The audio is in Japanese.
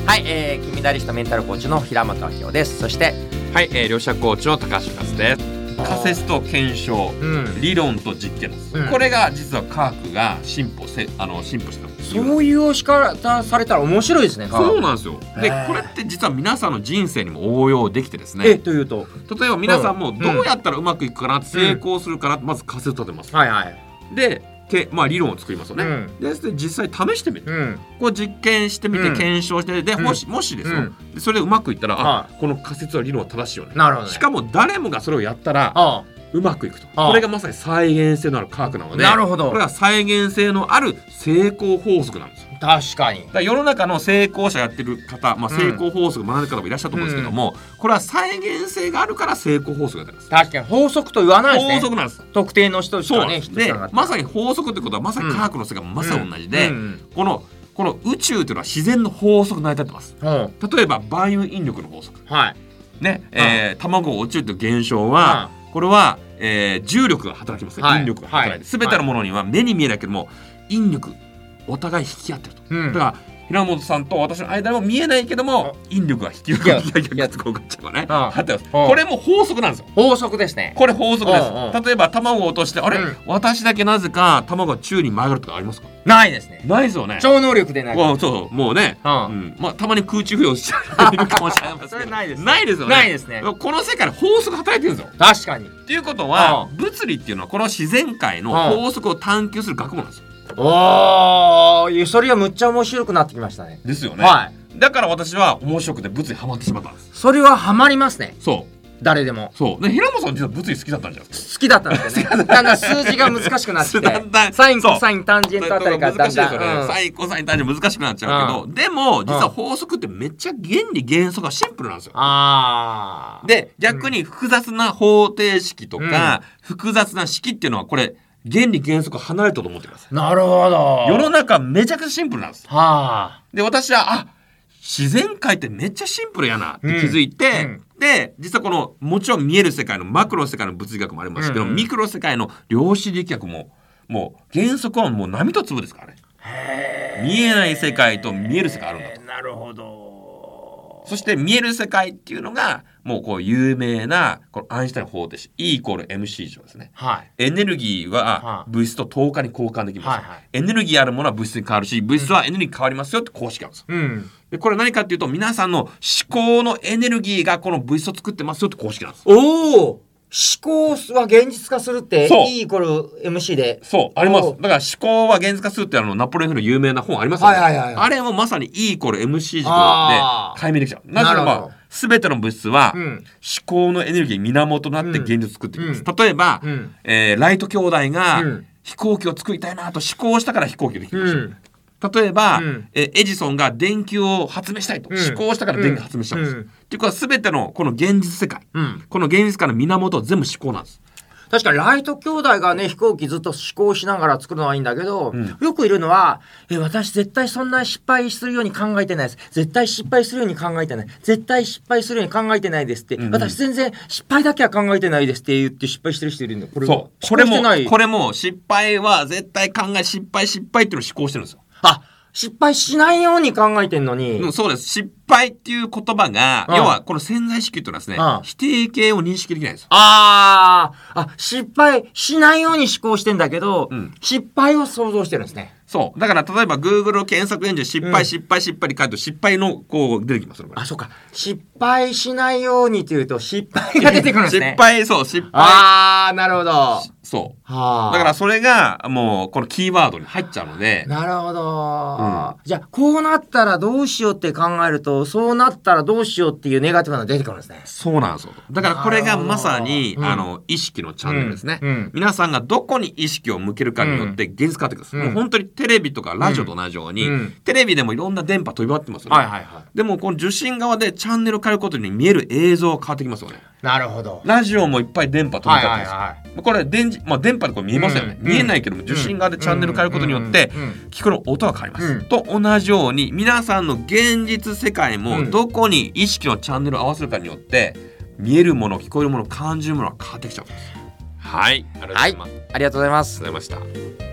はい、金メダリストメンタルコーチの平本明夫です。そしてはい、両者コーチの高橋和です。仮説と検証、理論と実験です、これが実は科学が進歩してる。 そういう押し方されたら面白いですね。 そうなんですよ。でこれって実は皆さんの人生にも応用できてですね。 というと例えば皆さんもどうやったらうまくいくかな、成功するかな、まず仮説立てます、で理論を作りますよね、で実際試してみる、こう実験してみて検証して、でもしですよ、それでうまくいったら、この仮説は理論は正しいよね。 なるほどね。 しかも誰もがそれをやったらうまくいくと。これがまさに再現性のある科学なので、 なるほど。 これが再現性のある成功法則なんですよ。 確かに。 だから世の中の成功者やってる方、成功法則学んでる方もいらっしゃると思うんですけども、これは再現性があるから成功法則が出るんです。 確かに法則と言わないですね。 法則なんです。 特定の人しかね。 でまさに法則ってことはまさに科学の世界もまさに同じで、この宇宙というのは自然の法則に成り立ってます。例えば万有引力の法則、卵が落ちるという現象は、これは、重力が働きますね。引力が働いて、全てのものには目に見えないけども引力お互い引き合ってると、だから平本さんと私の間にも見えないけども引力が引き合ってこれも法則なんですよ。 法則ですね。 これ法則です。例えば卵を落として私だけなぜか卵が宙に曲がるとかありますか？ ないですね。 ないですよね。 超能力でない。 そうもうね、たまに空中浮揚しちゃうかもしれないですけどそれないですよね。ないですね。この世界で法則働いてるんですよ。 確かに。 っていうことは物理っていうのはこの自然界の法則を探求する学問なんですよ。 それはむっちゃ面白くなってきましたね。 ですよね。だから私は面白くて物理ハマってしまったんです。 それはハマりますね。誰でも。 そうね。平本さん実は物理好きだったんじゃないですか。 好きだったんですよね。だんだん数字が難しくなってきてサインコサインタンジェントあたりからだんだんサインコサインタンジェント難しくなっちゃうけど、でも実は法則ってめっちゃ原理原則がシンプルなんですよ。で逆に複雑な方程式とか複雑な式っていうのはこれ原理原則離れたと思ってください。 なるほど。 世の中めちゃくちゃシンプルなんです。で私は自然界ってめっちゃシンプルやなって気づいて、で実はこのもちろん見える世界のマクロ世界の物理学もありますけど、ミクロ世界の量子力学ももう原則はもう波と粒ですからね。見えない世界と見える世界あるんだと。 なるほど。 そして見える世界っていうのがもうこう有名なこのアインシュタイン方程式 E=mc 以上ですね。エネルギーは物質と等価に交換できます。エネルギーあるものは物質に変わるし、物質はエネルギーに変わりますよって公式なんです。でこれ何かっていうと皆さんの思考のエネルギーがこの物質を作ってますよって公式なんです。 思考は現実化するって E=mc であります。だから思考は現実化するってナポレオンヒルの有名な本ありますよね。あれもまさに E=mc 軸で解明できちゃう。なぜならば全ての物質は思考のエネルギー源となって現実を作っていきます。例えば、ライト兄弟が飛行機を作りたいなと思考したから飛行機ができました。例えば、エジソンが電球を発明したいと思考したから電球発明したんです。っていうことは全てのこの現実世界、この現実界の源は全部思考なんです。 確かにライト兄弟がね飛行機ずっと思考しながら作るのはいいんだけど、よくいるのは私絶対そんな失敗するように考えてないです。絶対失敗するように考えてない。絶対失敗するように考えてないですって、私全然失敗だけは考えてないですって言って失敗してる人いるんだよ。 これも失敗は絶対失敗っていうのを思考してるんですよ。 失敗しないように考えてんのに。 そうです。失敗っていう言葉が、要はこの潜在意識っていうのはですね、否定形を認識できないんですよ。 失敗しないように思考してんだけど、失敗を想像してるんですね。 そう。だから例えば Google の検索エンジン失敗で書いると失敗のこう出てきます。 そうか。失敗しないようにっていうと失敗が出てくるんですね。 失敗。 なるほど。 そうだからそれがもうこのキーワードに入っちゃうので。 なるほど、じゃあこうなったらどうしようって考えるとそうなったらどうしようっていうネガティブなのが出てくるんですね。 そうなんですよ。だからこれがまさに意識のチャンネルですね、皆さんがどこに意識を向けるかによって現実変わってくるんです、もう本当にテレビとかラジオと同じように、テレビでもいろんな電波飛び回ってますよね、でもこの受信側でチャンネル変えることに見える映像が変わってきますよね。 なるほど。 ラジオもいっぱい電波飛び交ってます、これ電波でこれ見えますよね、見えないけども受信側でチャンネル変えることによって聞くの音が変わります、と同じように皆さんの現実世界もどこに意識のチャンネルを合わせるかによって見えるもの聞こえるもの感じるものが変わってきちゃうんです。はい、ありがとうございます。 ありがとうございます。 ありがとうございました。